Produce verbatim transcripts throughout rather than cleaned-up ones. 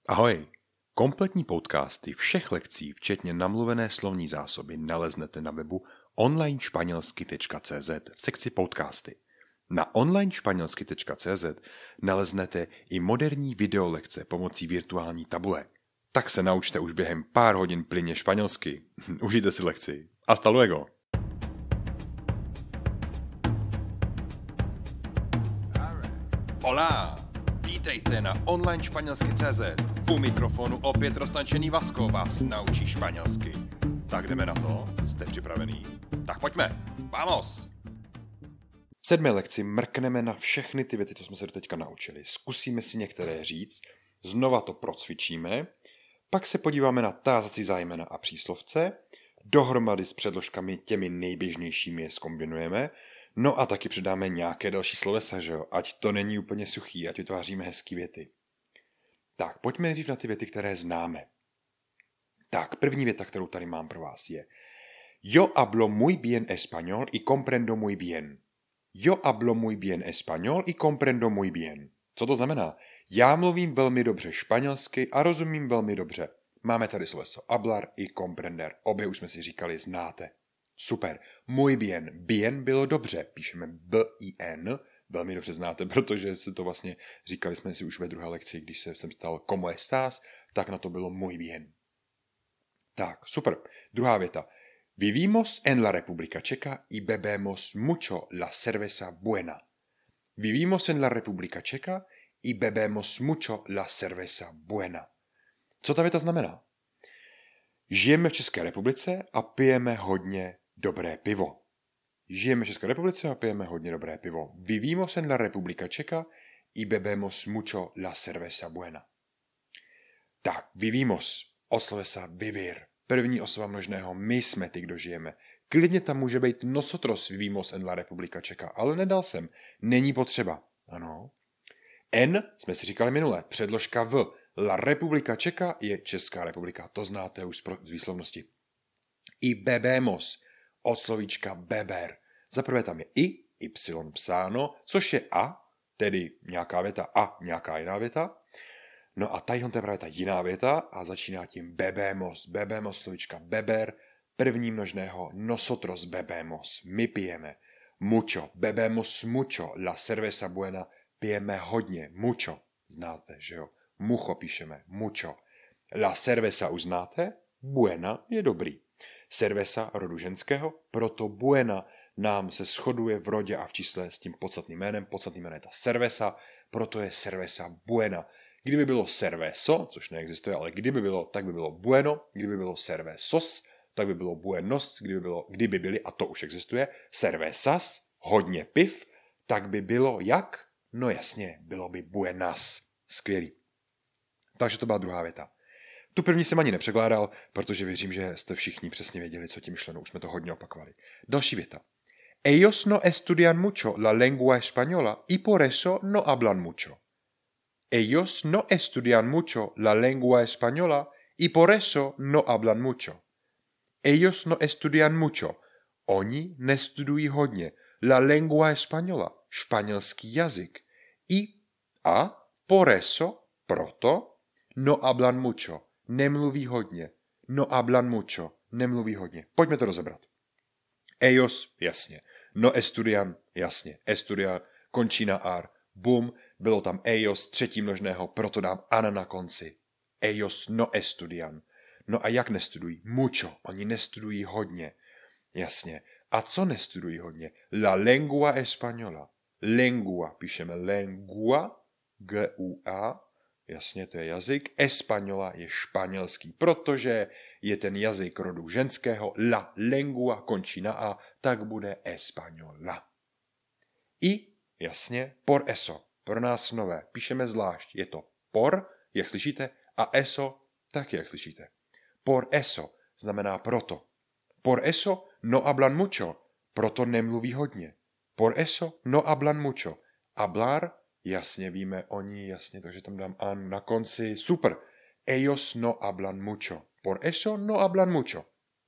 Ahoj! Kompletní podcasty všech lekcí, včetně namluvené slovní zásoby, naleznete na webu online španělsky tečka cé zet v sekci podcasty. Na online španělsky tečka cé zet naleznete i moderní videolekce pomocí virtuální tabule. Tak se naučte už během pár hodin plynně španělsky. Užijte si lekci. Hasta luego! Hola! Vítejte na online španělsky tečka cé zet. U mikrofonu opět roztančený Vasko vás naučí španělsky. Tak jdeme na to? Jste připravený? Tak pojďme! Vamos! V sedmé lekci mrkneme na všechny ty věty, co jsme se do teďka naučili. Zkusíme si některé říct, znova to procvičíme, pak se podíváme na tázací zájmena a příslovce, dohromady s předložkami těmi nejběžnějšími je zkombinujeme, no a taky přidáme nějaké další slovesa, že jo? Ať to není úplně suchý, ať vytváříme hezký věty. Tak, pojďme nejdřív na ty věty, které známe. Tak, první věta, kterou tady mám pro vás je Yo hablo muy bien español y comprendo muy bien. Yo hablo muy bien español y comprendo muy bien. Co to znamená? Já mluvím velmi dobře španělsky a rozumím velmi dobře. Máme tady sloveso hablar i comprender. Obě už jsme si říkali, znáte. Super. Muy bien. Bien bylo dobře. Píšeme B-I-N. Velmi dobře znáte, protože se to vlastně říkali jsme si už ve druhé lekci, když se jsem stal como estás, tak na to bylo muy bien. Tak, super. Druhá věta. Vivimos en la República Checa y bebemos mucho la cerveza buena. Vivimos en la República Checa y bebemos mucho la cerveza buena. Co ta věta znamená? Žijeme v České republice a pijeme hodně dobré pivo. Žijeme v České republice a pijeme hodně dobré pivo. Vivimos en la República Checa y bebemos mucho la cerveza buena. Tak, vivimos, od slovesa vivir. První osoba množného, my jsme ty, kdo žijeme. Klidně tam může být nosotros vivimos en la República Checa, ale nedal jsem. Není potřeba. Ano. En jsme si říkali minule, předložka v. La República Checa je Česká republika, to znáte už z výslovnosti. I bebemos, od slovíčka beber. Za prvé tam je i, y psáno, což je a, tedy nějaká věta a nějaká jiná věta. No a tady to je právě ta jiná věta a začíná tím bebemos. Bebemos, slovíčka beber, první množného nosotros bebemos, my pijeme. Mucho, bebemos mucho, la cerveza buena, pijeme hodně, mucho, znáte, že jo? Mucho píšeme, mucho. La cerveza už znáte, buena je dobrý. Cerveza rodu ženského, proto buena nám se shoduje v rodě a v čísle s tím podstatným jménem. Podstatný jméno je ta cerveza, proto je cerveza buena. Kdyby bylo cerveso, což neexistuje, ale kdyby bylo, tak by bylo bueno, kdyby bylo cervezos, tak by bylo buenos, kdyby, bylo, kdyby byly, a to už existuje, cervezas, hodně piv, tak by bylo jak? No jasně, bylo by buenas. Skvělý. Takže to byla druhá věta. Tu první jsem ani nepřekládal, protože věřím, že jste všichni přesně věděli, co tím myšleno. Už jsme to hodně opakovali. Další věta. Ellos no estudian mucho la lengua española y por eso no hablan mucho. Ellos no estudian mucho la lengua española y por eso no hablan mucho. Ellos no estudian mucho. Oni nestudují hodně la lengua española, španělský jazyk. Y a por eso, proto, no hablan mucho. Nemluví hodně. No hablan mucho. Nemluví hodně. Pojďme to rozebrat. Ellos, jasně. No estudian, jasně. Estudian, končí na ar. Bum, bylo tam ellos, třetí množného, proto dám an na konci. Ellos no estudian. No a jak nestudují? Mucho. Oni nestudují hodně. Jasně. A co nestudují hodně? La lengua española. Lengua. Píšeme lengua, G U A. Jasně, to je jazyk. Española je španělský, protože je ten jazyk rodu ženského. La lengua končí na a, tak bude española. I, jasně, por eso. Pro nás nové. Píšeme zvlášť. Je to por, jak slyšíte, a eso, taky jak slyšíte. Por eso znamená proto. Por eso no hablan mucho, proto nemluví hodně. Por eso no hablan mucho. Hablar, jasně víme oni, jasně, takže tam dám an na konci. Super. Ellos no hablan mucho. Por eso no hablan mucho.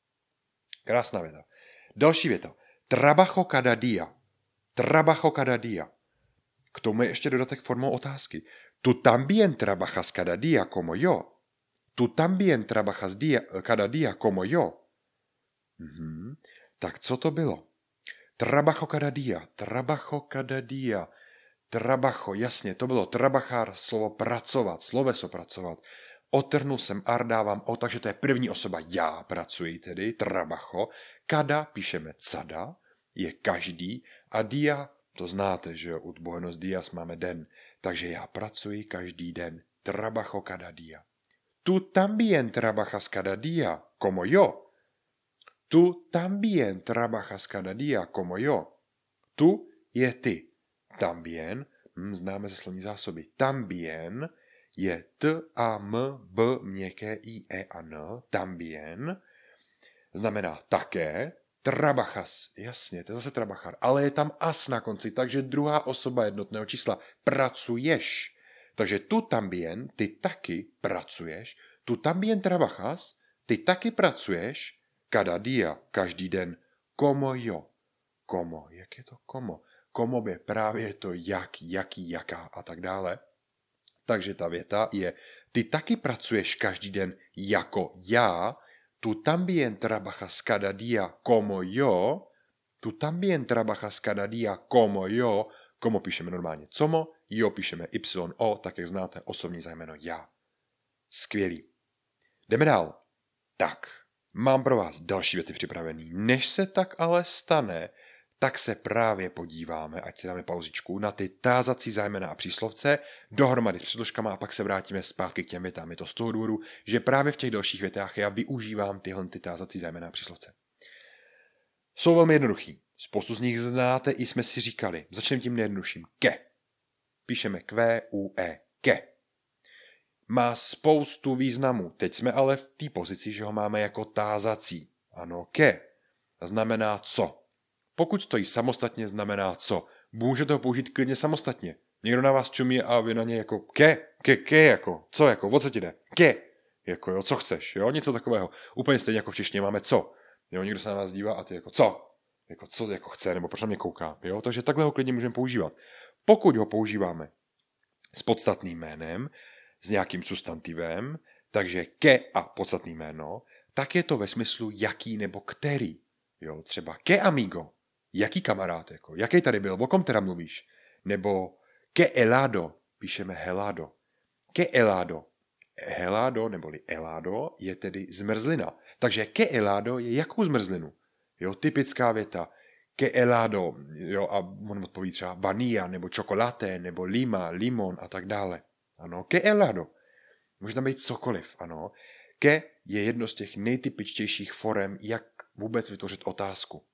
Krásná věta. Další věta. Trabajo cada día. Trabajo cada día. K tomu je ještě dodatek formou otázky. Tu también trabajas cada día como yo. Tu también trabajas día, cada día como yo. Mhm. Tak co to bylo? Trabajo cada día, trabajo cada día. Trabajo, jasně, to bylo trabajar, slovo pracovat, sloveso pracovat. Otrhnul jsem ar, dávám o, takže to je první osoba, já pracuji tedy, trabajo. Kada, píšeme cada, je každý a dia, to znáte, že jo, u Buenos Dias máme den, takže já pracuji každý den, trabajo cada día. Tu también trabajas cada día, como yo. Tu también trabajas cada día, como yo. Tu je ty. También, hm, známe ze slovní zásoby, también je t a m b měkké i e a n, también, znamená také, trabajas, jasně, to je zase trabajar, ale je tam as na konci, takže druhá osoba jednotného čísla, pracuješ. Takže tu también, ty taky pracuješ, tu también trabajas, ty taky pracuješ, cada día, každý den, como yo. Como, jak je to como? Como je právě to jak, jaký, jaká a tak dále. Takže ta věta je, ty taky pracuješ každý den jako já, tu también trabajas cada día como yo, tu también trabajas cada día como yo, como píšeme normálně como, jo píšeme y, o, tak jak znáte osobní zájmeno já. Skvělý. Jdeme dál. Tak, mám pro vás další věty připravený. Než se tak ale stane, tak se právě podíváme, ať si dáme pauzičku, na ty tázací zájmena a příslovce dohromady s předložkama a pak se vrátíme zpátky k těm větám. Je to z toho důvodu, že právě v těch dalších větách já využívám tyhle ty tázací zájmena a příslovce. Jsou velmi jednoduchý. Spoustu z nich znáte i jsme si říkali. Začneme tím nejjednodušším. Ke. Píšeme Q, U, E. Ke. Má spoustu významů. Teď jsme ale v té pozici, že ho máme jako tázací. Ano, ke. Znamená co. Pokud stojí samostatně, znamená co. Můžete ho použít klidně samostatně. Někdo na vás čumí a vy na něj jako ke, ke, ke, jako, co, jako, o co ti jde? Ke, jako, jo, co chceš, jo, něco takového. Úplně stejně jako v češtině máme co. Jo, někdo se na vás dívá a ty jako co? Jako co, jako chce, nebo proč na mě kouká, jo, takže takhle ho klidně můžeme používat. Pokud ho používáme s podstatným jménem, s nějakým substantivem, takže ke a podstatný jméno, tak je to ve smyslu jaký nebo který. Jo, třeba ke amigo, jaký kamarád, jako, jaký tady byl, o kom teda mluvíš? Nebo ke helado, píšeme helado. Ke helado, helado neboli helado je tedy zmrzlina. Takže ke helado je jakou zmrzlinu? Jo, typická věta. Ke helado, jo, a on odpoví třeba vanilla, nebo čokoláté, nebo lima, limon a tak dále. Ano, ke helado. Může tam být cokoliv, ano. Ke je jedno z těch nejtypičtějších forem, jak vůbec vytvořit otázku.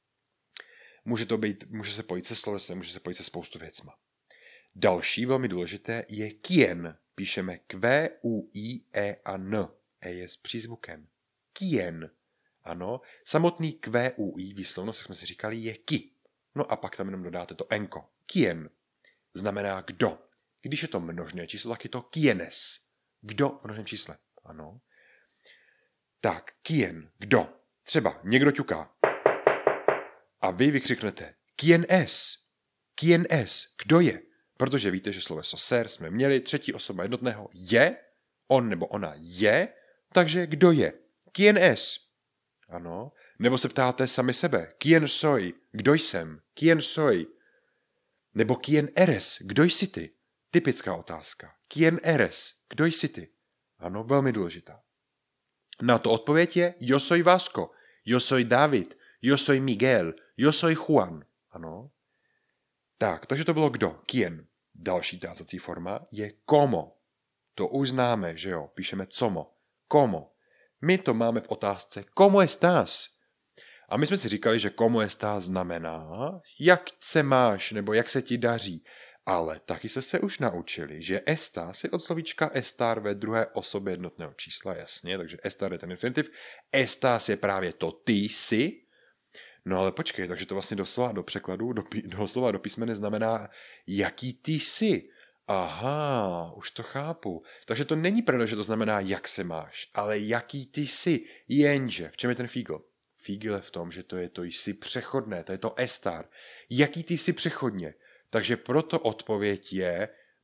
Může to být, může se pojít se slovesem, může se pojít se spoustu věcma. Další velmi důležité je kien. Píšeme Q, U, I, E a N. E je s přízvukem. Kien. Ano, samotný Q, U, I výslovnost, jak jsme si říkali, je ki. No a pak tam jenom dodáte to enko. Kien. Znamená kdo. Když je to množné číslo, tak je to quienes. Kdo v množném čísle. Ano. Tak, kien. Kdo. Třeba někdo ťuká. A vy vykřiknete quién es? Quién es? Kdo je? Protože víte, že sloveso ser jsme měli, třetí osoba jednotného je, on nebo ona je, takže kdo je? Quién es? Ano. Nebo se ptáte sami sebe. Quién soy? Kdo jsem? Quién soy? Nebo quién eres? Kdo jsi ty? Typická otázka. Quién eres? Kdo jsi ty? Ano, velmi důležitá. Na to odpověď je yo soy Vasco, yo soy David, yo soy Miguel, yo soy Juan. Ano. Tak, takže to bylo kdo? Quién. Další tázací forma je como. To už známe, že jo? Píšeme como. Como. My to máme v otázce como estás? A my jsme si říkali, že como estás znamená, jak se máš, nebo jak se ti daří. Ale taky se se už naučili, že estás je od slovíčka estar ve druhé osobě jednotného čísla, jasně, takže estar je ten infinitiv, estás je právě to ty jsi. No ale počkej, takže to vlastně doslova do překladu, do, doslova do písmene znamená, jaký ty jsi. Aha, už to chápu. Takže to není pravda, že to znamená, jak se máš, ale jaký ty jsi. Jenže, v čem je ten fígl? Fígl je v tom, že to je to jsi přechodné, to je to estar. Jaký ty jsi přechodně? Takže proto odpověď je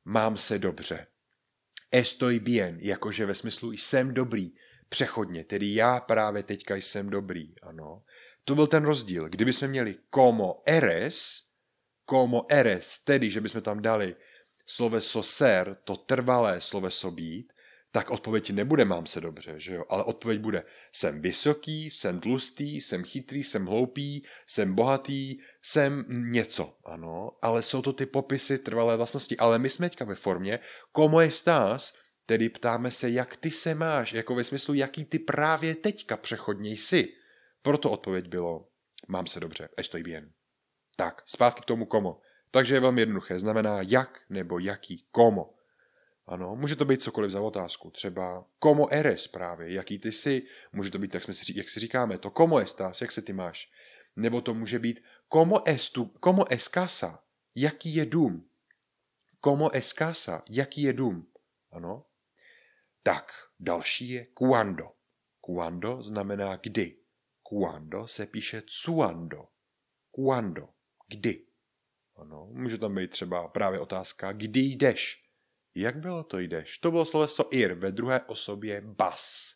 mám se dobře. Estoy bien, jakože ve smyslu jsem dobrý, přechodně, tedy já právě teďka jsem dobrý, ano. To byl ten rozdíl. Kdyby jsme měli como eres, como eres, tedy, že bychom tam dali sloveso ser, to trvalé sloveso být, tak odpověď nebude mám se dobře, že jo? Ale odpověď bude jsem vysoký, jsem tlustý, jsem chytrý, jsem hloupý, jsem bohatý, jsem něco, ano. Ale jsou to ty popisy trvalé vlastnosti. Ale my jsme teďka ve formě como estás, tedy ptáme se, jak ty se máš, jako ve smyslu, jaký ty právě teďka přechodně jsi. Proto odpověď bylo mám se dobře, estoy bien. Tak, zpátky k tomu como. Takže je velmi jednoduché, znamená jak nebo jaký, como. Ano, může to být cokoliv za otázku, třeba como eres právě, jaký ty jsi, může to být, jak, jsme si, jak si říkáme, to como estás, jak se ty máš. Nebo to může být como es, tu, como es casa, jaký je dům. Como es casa, jaký je dům. Ano. Tak, další je cuando. Cuando znamená kdy. Cuando se píše cuando. Cuando, kdy. Ano, může tam být třeba právě otázka, kdy jdeš. Jak bylo to jdeš? To bylo sloveso ir, ve druhé osobě bas.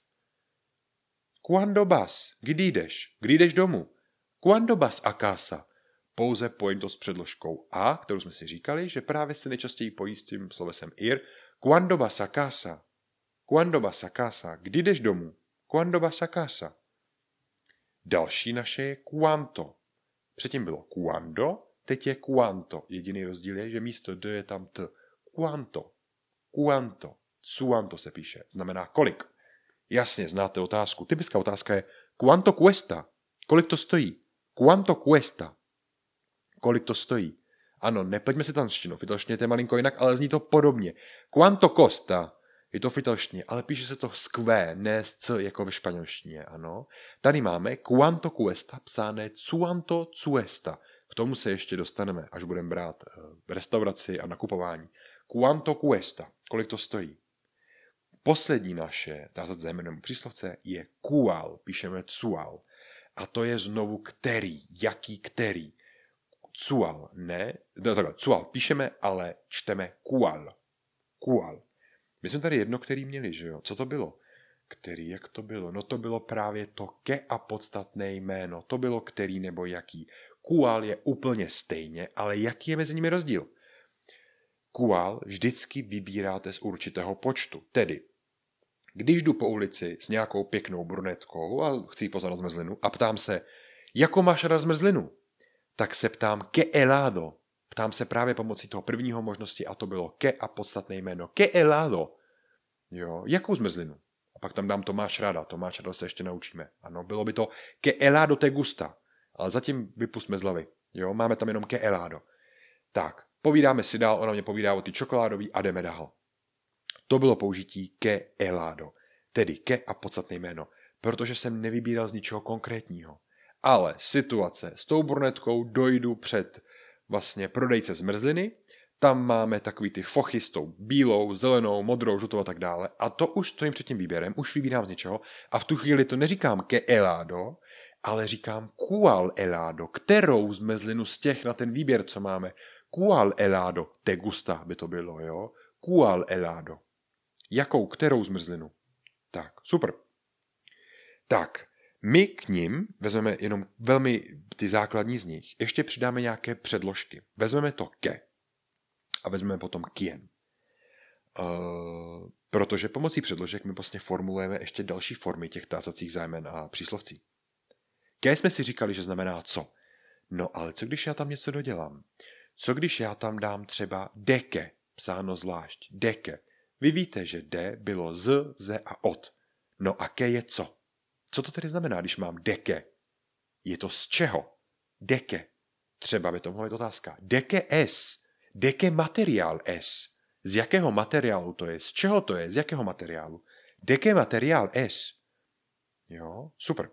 Cuando vas? Kdy jdeš? Kdy jdeš domů? Cuando vas a casa? Pouze pojím s předložkou a, kterou jsme si říkali, že právě se nejčastěji pojí s tím slovesem ir. Cuando vas a casa? Cuando vas a casa? Kdy jdeš domů? Cuando vas a casa? Další naše je cuanto. Předtím bylo cuando, teď je cuanto. Jediný rozdíl je, že místo d je tam t. Cuanto. Cuanto. Cuanto se píše. Znamená kolik. Jasně, znáte otázku. Typická otázka je cuanto cuesta? Kolik to stojí? Cuanto cuesta? Kolik to stojí? Ano, nepleťme si tanštinu. V italštině to je malinko jinak, ale zní to podobně. Cuanto costa? Je to v italštině, ale píše se to s q, ne s c, jako ve španělštině, ano. Tady máme cuanto cuesta psané cuanto cuesta. K tomu se ještě dostaneme, až budeme brát restauraci a nakupování. Cuanto cuesta? Kolik to stojí? Poslední naše tázat za jménem příslovce je cual, píšeme cual. A to je znovu který, jaký který. Cual, ne, no takhle, cual píšeme, ale čteme cual. Cual. My jsme tady jedno, který měli, že jo? Co to bylo? Který, jak to bylo? No to bylo právě to ke a podstatné jméno. To bylo který nebo jaký. Cual je úplně stejně, ale jaký je mezi nimi rozdíl? Cual vždycky vybíráte z určitého počtu. Tedy, když jdu po ulici s nějakou pěknou brunetkou a chci jí poznat zmrzlinu a ptám se, jakou máš rád zmrzlinu? Tak se ptám ke helado. Ptám se právě pomocí toho prvního možnosti a to bylo ke a podstatné jméno. Ke helado. Jo, jakou zmrzlinu? A pak tam dám to máš ráda. To máš ráda se ještě naučíme. Ano, bylo by to ke helado te gusta. Ale zatím vypustme z hlavy. Jo, máme tam jenom ke helado. Tak, povídáme si dál, ona mě povídá o ty čokoládový a jdeme dál. To bylo použití ke helado. Tedy ke a podstatné jméno. Protože jsem nevybíral z ničeho konkrétního. Ale situace s tou brunetkou dojdu před vlastně prodejce zmrzliny, tam máme takový ty fochy s tou bílou, zelenou, modrou, žlutou a tak dále a to už stojím před tím výběrem, už vybírám z něčeho a v tu chvíli to neříkám ke helado, ale říkám cual helado, kterou zmrzlinu z těch na ten výběr, co máme, cual helado te gusta by to bylo, jo, cual helado, jakou, kterou zmrzlinu, tak, super. Tak, my k nim vezmeme jenom velmi ty základní z nich. Ještě přidáme nějaké předložky. Vezmeme to ke a vezmeme potom kien. Uh, protože pomocí předložek my vlastně formulujeme ještě další formy těch tázacích zájmen a příslovcí. Ke jsme si říkali, že znamená co. No ale co když já tam něco dodělám? Co když já tam dám třeba deke, psáno zvlášť, deke. Vy víte, že de bylo z, ze a od. No a ke je co? Co to tedy znamená, když mám deke? Je to z čeho? Deke. Třeba by to mohla být otázka. Deke es. Deke materiál es. Z jakého materiálu to je? Z čeho to je? Z jakého materiálu? Deke materiál es. Jo, super.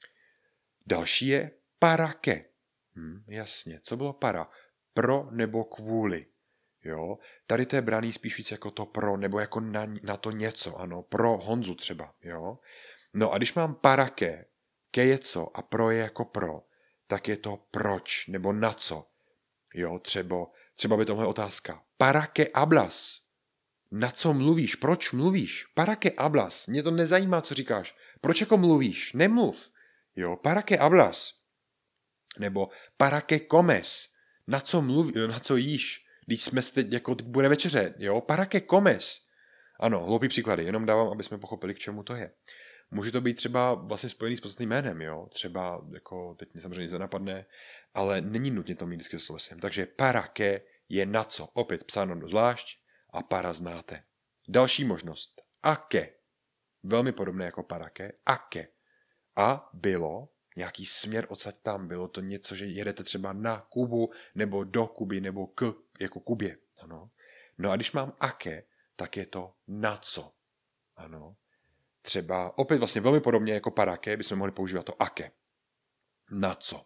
Další je para ke. Hm, jasně, co bylo para? Pro nebo kvůli. Jo, tady to je braný spíš víc jako to pro, nebo jako na, na to něco, ano, pro Honzu třeba, jo. No a když mám para ke, ke je co a pro je jako pro, tak je to proč, nebo na co. Jo, třeba Třeba by tohle otázka. Para qué hablas? Na co mluvíš? Proč mluvíš? Para qué hablas? Mě to nezajímá, co říkáš. Proč jako mluvíš? Nemluv. Jo, para qué hablas? Nebo para qué comes? Na co mluví, na co jíš? Když jsme teď, jako teď bude večeře, jo? Para qué comes? Ano, hloupý příklady, jenom dávám, aby jsme pochopili, k čemu to je. Může to být třeba vlastně spojený s podstatným jménem, jo? Třeba, jako, teď mě samozřejmě nic nenapadne, ale není nutně to mít vždycky se slovesem. Takže para qué je na co, opět psáno zvlášť a para znáte. Další možnost, a ke. Velmi podobné jako para qué, a ke. A bylo, nějaký směr odsaď tam, bylo to něco, že jedete třeba na Kubu, nebo do Kuby, nebo k, jako Kubě. Ano. No a když mám a ke, tak je to na co. Ano. Třeba opět vlastně velmi podobně jako para qué bychom mohli používat to a ke. Na co.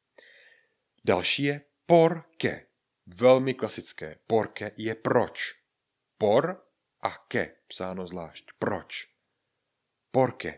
Další je por qué. Velmi klasické. Por qué je proč. Por a qué. Psáno zvlášť. Proč. Por qué.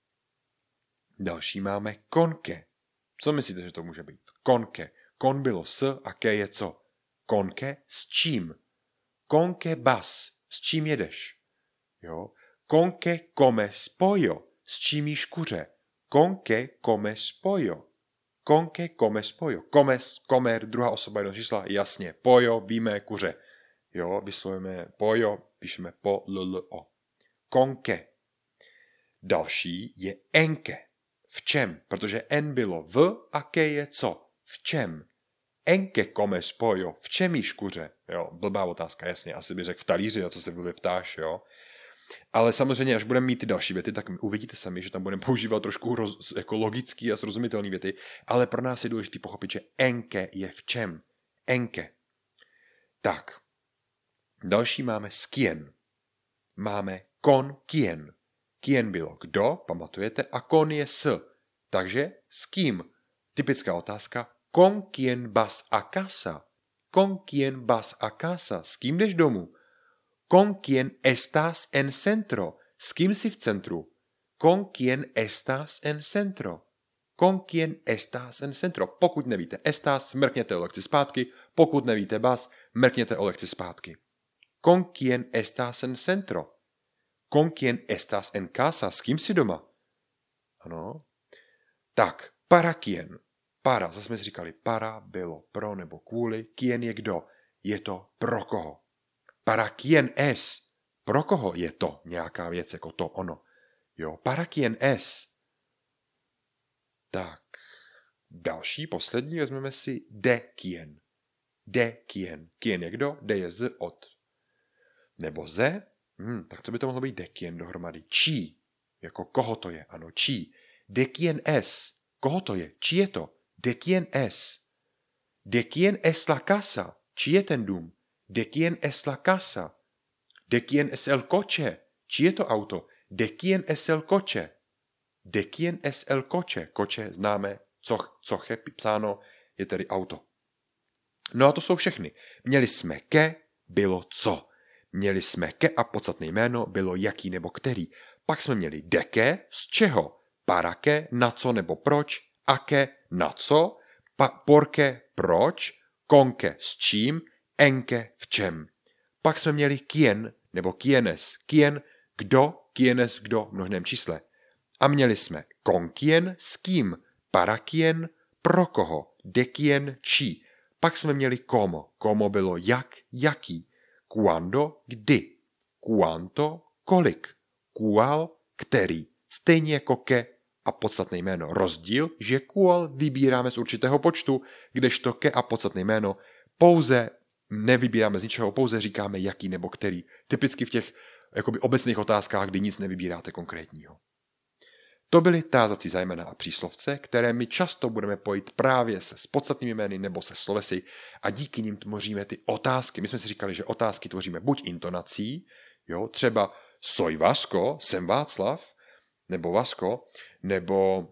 Další máme con qué. Co myslíte, že to může být? Con qué. Con bylo s a qué je co. Con qué s čím. Con qué vas. S čím jedeš. Jo. Con qué comes pollo. S čím jíš kuře. Con qué comes pollo. Con qué comes pollo. Comes, comer, druhá osoba jednoho čísla, jasně. Pollo, víme, kuře. Jo, vyslovujeme pollo, píšeme po, l, l, o. Con qué. Další je en qué. V čem? Protože en bylo v a ke je co? V čem? En qué comes pollo. V čem jíš kuře? Jo, blbá otázka, jasně. Asi bych řekl v talíři, na co se blbě ptáš, jo. Ale samozřejmě, až budeme mít ty další věty, tak uvidíte sami, že tam budeme používat trošku roz, jako logický a srozumitelný věty, ale pro nás je důležité pochopit, že en qué je v čem. En qué. Tak. Další máme s quién. Máme con quién. Quién bylo kdo, pamatujete, a con je s. Takže s kým? Typická otázka. Con quién vas a casa? Con quién vas a casa? S kým jdeš domů? Con quién estás en centro? S kým jsi v centru? Con quién estás en centro? Con quién estás en centro? Pokud nevíte estás, mrkněte o lekci zpátky. Pokud nevíte bas, mrkněte o lekci zpátky. Con quién estás en centro? Con quién estás en casa? S kým jsi doma? Ano. Tak, para quién. Para, zase jsme si říkali, para bylo pro nebo kvůli. Quién je kdo? Je to pro koho? Para quién es? Pro koho je to nějaká věc, jako to, ono? Jo, para quién es? Tak, další, poslední, vezmeme si de quién. De quién. Quién je kdo? De je z od. Nebo ze? Hmm, tak co by to mohlo být de quién dohromady? Čí. Jako koho to je? Ano, čí. De quién es? Koho to je? Čí je to? De quién es? De quién es la casa? Čí je ten dům? De quién es la casa? De quién es el coche? Čí je to auto? De quién es el coche? De quién es el coche? Koče známe, coch, coche psáno, je tedy auto. No a to jsou všechny. Měli jsme ke, bylo co. Měli jsme ke a podstatné jméno bylo jaký nebo který. Pak jsme měli de ke, z čeho. Para ke, na co nebo proč. A ke, na co. Pa, por ke, proč. Con ke, s čím. En ke, v čem. Pak jsme měli quién nebo quiénes. Quién, kdo, quiénes, kdo v množném čísle. A měli jsme con quién, s kým. Para quién, pro koho. De quién, čí. Pak jsme měli como. Como bylo jak, jaký. Cuando, kdy. Cuánto, kolik. Cuál, který. Stejně jako ke a podstatné jméno. Rozdíl, že cuál vybíráme z určitého počtu, kdežto ke a podstatné jméno pouze nevybíráme z ničeho, pouze říkáme jaký nebo který. Typicky v těch jakoby obecných otázkách, kdy nic nevybíráte konkrétního. To byly tázací zájmena a příslovce, které my často budeme pojít právě se s podstatnými jmény nebo se slovesy a díky nim tvoříme ty otázky. My jsme si říkali, že otázky tvoříme buď intonací, jo, třeba soy Vasko, jsem Václav, nebo Vasko, nebo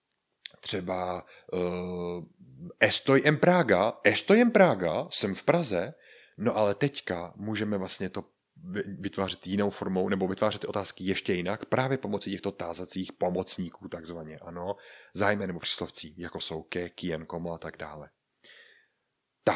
třeba uh, estoy en Praga, estoy en Praga, jsem v Praze, no ale teďka můžeme vlastně to vytvářet jinou formou, nebo vytvářet ty otázky ještě jinak, právě pomocí těchto tázacích pomocníků, takzvaně, ano, zájmen nebo příslovcí, jako jsou ke, kien, komo a tak dále. Tak,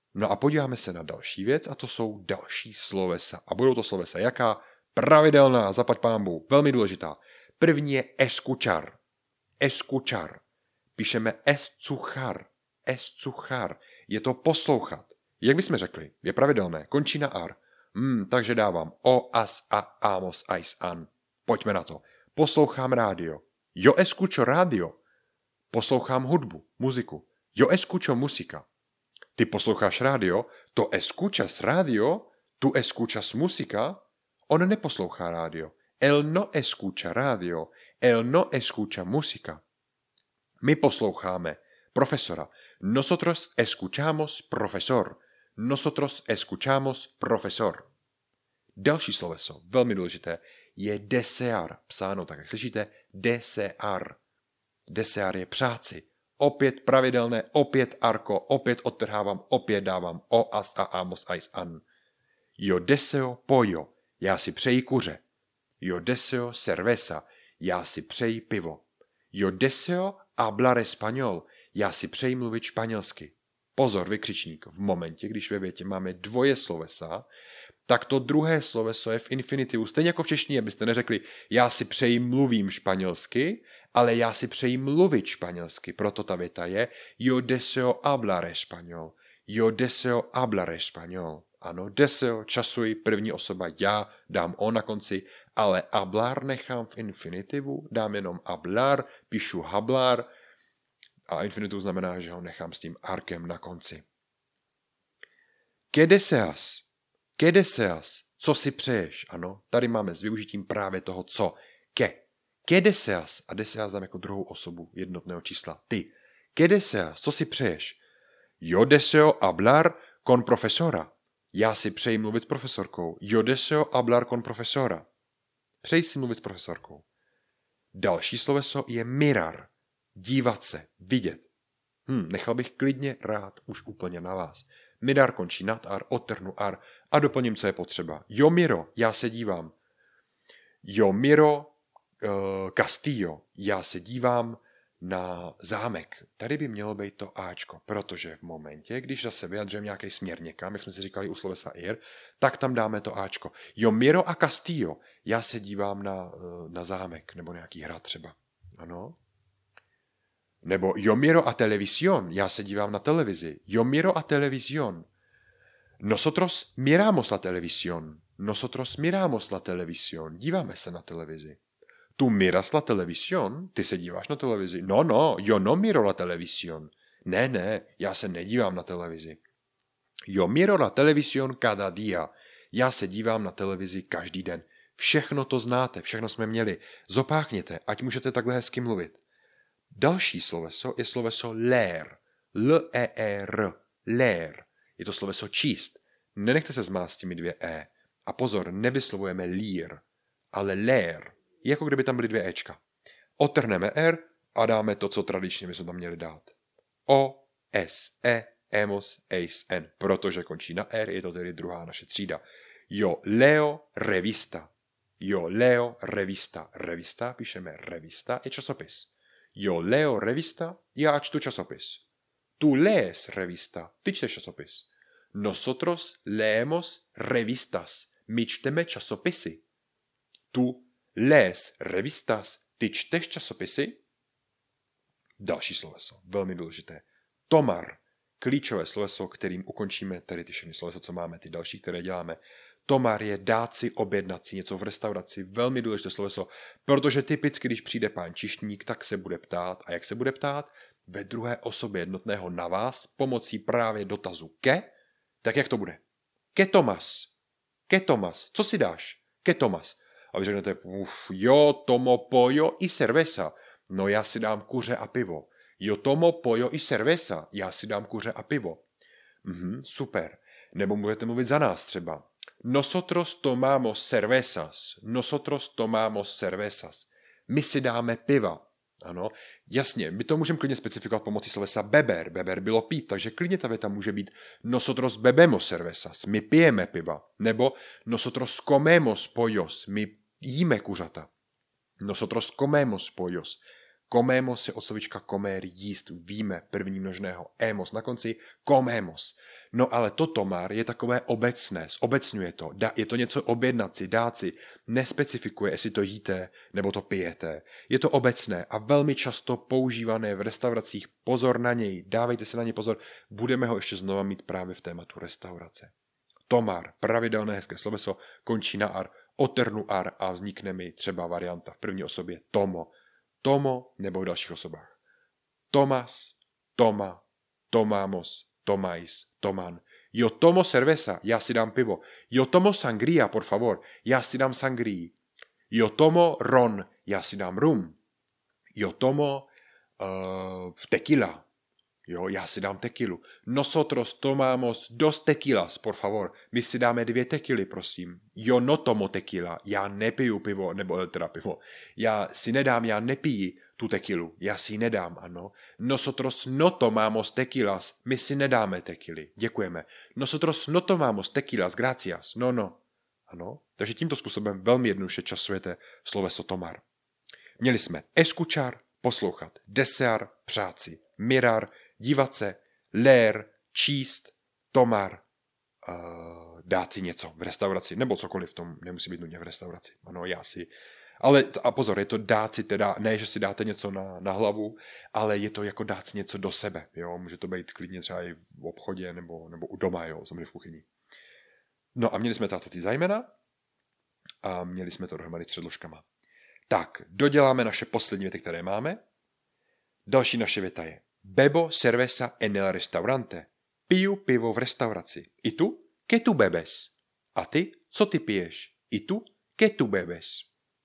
No a podíváme se na další věc a to jsou další slovesa. A budou to slovesa jaká? Pravidelná, zaplať pánbů, velmi důležitá. První je escuchar. Escuchar. Píšeme escuchar. Escuchar. Je to poslouchat. Jak bychom řekli? Je pravidelné. Končí na ar. Hmm, takže dávám o, as, a, amos, ais, an. Pojďme na to. Poslouchám rádio. Yo escucho radio. Poslouchám hudbu, muziku. Yo escucho música. Ty posloucháš rádio? To escuchas radio? Tu escuchas música? On neposlouchá rádio. El no escucha radio. El no escucha música. My posloucháme profesora. Nosotros escuchamos profesor. Nosotros escuchamos profesor. Další sloveso, velmi důležité, je desear. Psáno tak, jak slyšíte, desear. Desear je přát si. Opět pravidelné, opět arko, opět odtrhávám, opět dávám o, as, a, amos, ais, an. Yo deseo pollo. Já si přeji kuře. Yo deseo cerveza. Já si přeji pivo. Yo deseo hablar español. Já si přeji mluvit španělsky. Pozor, vykřičník. V momentě, když ve větě máme dvoje slovesa, tak to druhé sloveso je v infinitivu. Stejně jako v češtině byste neřekli, já si přeji mluvím španělsky, ale já si přeji mluvit španělsky. Proto ta věta je yo deseo hablar español. Yo deseo hablar español. Ano, deseo, časuji, první osoba já, dám o na konci, ale hablar nechám v infinitivu, dám jenom hablar, píšu hablar a infinitiv znamená, že ho nechám s tím arkem na konci. ¿Qué deseas? ¿Qué deseas? Co si přeješ? Ano, tady máme s využitím právě toho co. ¿Qué? ¿Qué deseas? A deseas dám jako druhou osobu jednotného čísla. Ty. ¿Qué deseas? Co si přeješ? Yo deseo hablar con profesora. Já si přeji mluvit s profesorkou. Yo deseo hablar con profesora. Přeji si mluvit s profesorkou. Další sloveso je mirar. Dívat se, vidět. Hm, nechal bych klidně rád už úplně na vás. Mirar končí nad ar, odtrhnu ar a doplním, co je potřeba. Yo miro, já se dívám. Yo miro uh, castillo, já se dívám na zámek. Tady by mělo být to áčko, protože v momentě, když zase vyjadřujeme nějaký směr někam, jak jsme si říkali u slovesa ir, tak tam dáme to áčko. Yo miro a castillo, já se dívám na, na zámek, nebo nějaký hrad třeba. Ano. Nebo yo miro a televisión, já se dívám na televizi. Yo miro a televisión. Nosotros miramos la televisión. Nosotros miramos la televisión. Díváme se na televizi. Tu miras la televisión? Ty se díváš na televizi? No, no, yo no miro la televisión. Ne, ne, já se nedívám na televizi. Yo miro la televisión cada día. Já se dívám na televizi každý den. Všechno to znáte, všechno jsme měli. Zopáchněte, ať můžete takhle hezky mluvit. Další sloveso je sloveso leer. L-E-E-R. Leer. Je to sloveso číst. Nenechte se zmást s těmi dvě E. A pozor, nevyslovujeme lír, ale leer. Je jako kdyby tam byly dvě Ečka. Otrhneme R a dáme to, co tradičně bychom tam měli dát. O, S, E, emos, eis, N. Protože končí na R, je to tedy druhá naše třída. Yo leo revista. Yo leo revista. Revista, píšeme revista, je časopis. Yo leo revista, já čtu časopis. Tu lees revista, ty čteš časopis. Nosotros leemos revistas, my čteme časopisy. Tu lees revistas, ty čteš časopisy? Další sloveso, velmi důležité. Tomar, klíčové sloveso, kterým ukončíme tady ty všechny slovesa, co máme, ty další, které děláme. Tomar je dát si, objednat si něco v restauraci, velmi důležité sloveso, protože typicky, když přijde pán čištník, tak se bude ptát. A jak se bude ptát? Ve druhé osobě jednotného na vás, pomocí právě dotazu ke, tak jak to bude? Ke Tomas. Ke Tomas. Co si dáš? Ke Tomas. A vy řeknete, uf, jo, tomo pollo i cerveza. No já si dám kuře a pivo. Jo, tomo pollo i cerveza. Já si dám kuře a pivo. Mhm, super. Nebo budete mluvit za nás třeba. Nosotros tomamos cervezas. Nosotros tomamos cervezas. My si dáme piva. Ano, jasně, my to můžeme klidně specifikovat pomocí slovesa beber. Beber bylo pít, takže klidně ta věta může být nosotros bebemos cervezas. My pijeme piva. Nebo nosotros comemos pollos. My jíme kuřata. Nosotros comemos pollos. Comemos je od slovička comer, jíst, víme, první množného, emos na konci, comemos. No ale to tomar je takové obecné, zobecňuje to, je to něco objednat si, dát si, nespecifikuje, jestli to jíte nebo to pijete. Je to obecné a velmi často používané v restauracích, pozor na něj, dávejte se na něj pozor, budeme ho ještě znova mít právě v tématu restaurace. Tomar, pravidelné hezké sloveso, končí na ar, otrhnu ar a vznikne mi třeba varianta v první osobě tomo. Tomo nebo v dalších osobách. Tomas, toma, tomamos, tomais, toman. Yo tomo cerveza, já si dám pivo. Yo tomo sangria, por favor, já si dám sangrii. Yo tomo ron, já si dám rum. Yo tomo uh, tequila, jo, já si dám tequilu. Nosotros tomamos dos tequilas, por favor. My si dáme dvě tequily, prosím. Yo no tomo tequila, já nepiju pivo, nebo teda pivo. Já si nedám, já nepiji tu tequilu. Já si ji nedám, ano. Nosotros no tomamos tequilas, my si nedáme tequily. Děkujeme. Nosotros no tomamos tequilas, gracias. No, no. Ano. Takže tímto způsobem velmi jednoduše časujete sloveso tomar. Měli jsme escuchar, poslouchat, desear, přát si, mirar, dívat se, leer, číst, tomar, uh, dát si něco v restauraci, nebo cokoliv v tom, nemusí být nutně v restauraci. Ano, já si. Ale a pozor, je to dát si teda, ne, že si dáte něco na, na hlavu, ale je to jako dát si něco do sebe, jo, může to být klidně třeba i v obchodě, nebo, nebo u doma, jo, samozřejmě v kuchyni. No a měli jsme tácací zájmena a měli jsme to dohromady s předložkama. Tak, doděláme naše poslední věty, které máme. Další naše věta je bebo cerveza en el restaurante. Piju pivo v restauraci. I tu? ¿Qué tu bebes? A ty? Co ty piješ? I tu? ¿Qué tu bebes?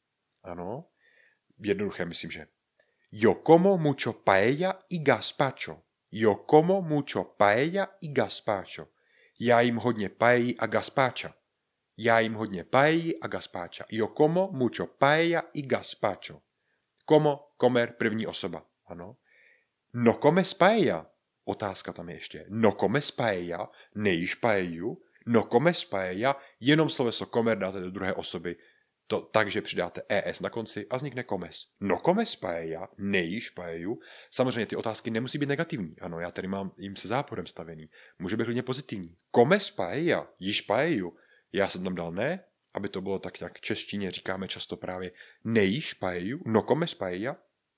Ano, jednoduché myslím, že. Yo como mucho paella y gazpacho. Yo como mucho paella y gazpacho. Já jim hodně paella a gazpacha. Já jim hodně paella a gazpacha. Yo como mucho paella y gazpacho. Como, comer, první osoba. Ano. No comes paella. Otázka tam je ještě. No comes paella, nejíš paellu. No comes paella, jenom sloveso comer dáte do druhé osoby, to, takže přidáte es na konci a vznikne comes. No comes paella, nejíš paellu. Samozřejmě ty otázky nemusí být negativní. Ano, já tady mám jim se záporem stavený. Může být klidně pozitivní. Comes paella, jíš paellu. Já jsem tam dal ne, aby to bylo tak, jak v češtině říkáme často právě nejíš paellu. No comes paella.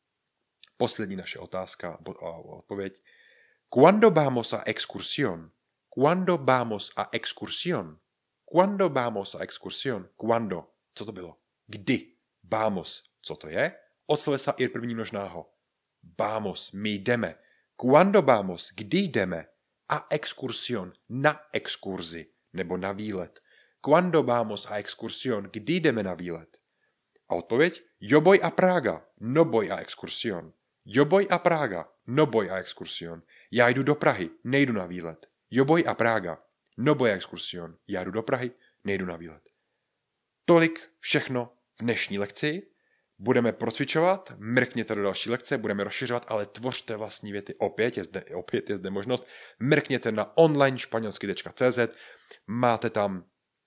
Poslední naše otázka a odpověď. Cuando vamos a excursión? Cuando vamos a excursión? Cuando vamos a excursión? Cuando? Co to bylo? Kdy? Vamos. Co to je? Od slovesa ir první množného. Vamos. My jdeme. Cuando vamos? Kdy jdeme? A excursión. Na exkurzi. Nebo na výlet. Cuando vamos a excursión? Kdy jdeme na výlet? A odpověď? Yo voy a Praga. No voy a excursión. Yo voy a Praga. No voy a excursión. Já jdu do Prahy. Nejdu na výlet. Yo voy a Praga. No voy a excursión. Já jdu do Prahy. Nejdu na výlet. Tolik všechno v dnešní lekci. Budeme procvičovat, mrkněte do další lekce, budeme rozšiřovat, ale tvořte vlastní věty. Opět je zde, opět je zde možnost. Mrkněte na online španělsky tečka cé zet. Máte tam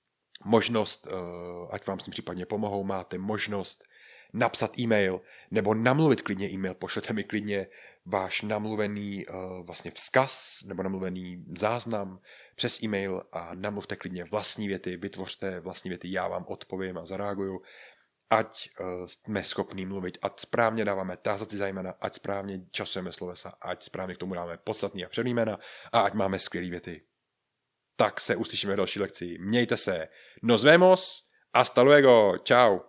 možnost, ať vám s tím případně pomohou, máte možnost napsat e-mail nebo namluvit klidně e-mail. Pošlete mi klidně váš namluvený vlastně vzkaz nebo namluvený záznam přes e-mail a namluvte klidně vlastní věty, vytvořte vlastní věty, já vám odpovím a zareaguju, ať jsme schopní mluvit, ať správně dáváme tázací zájmena, ať správně časujeme slovesa, ať správně k tomu dáme podstatný a přední jména a ať máme skvělé věty. Tak se uslyšíme v další lekci. Mějte se. Nos vemos. Hasta luego. Čau.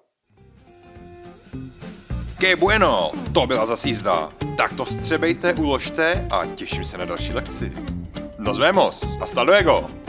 Que bueno, to byla zas jízda. Tak to vstřebejte, uložte a těším se na další lekci. Nos vemos. Hasta luego.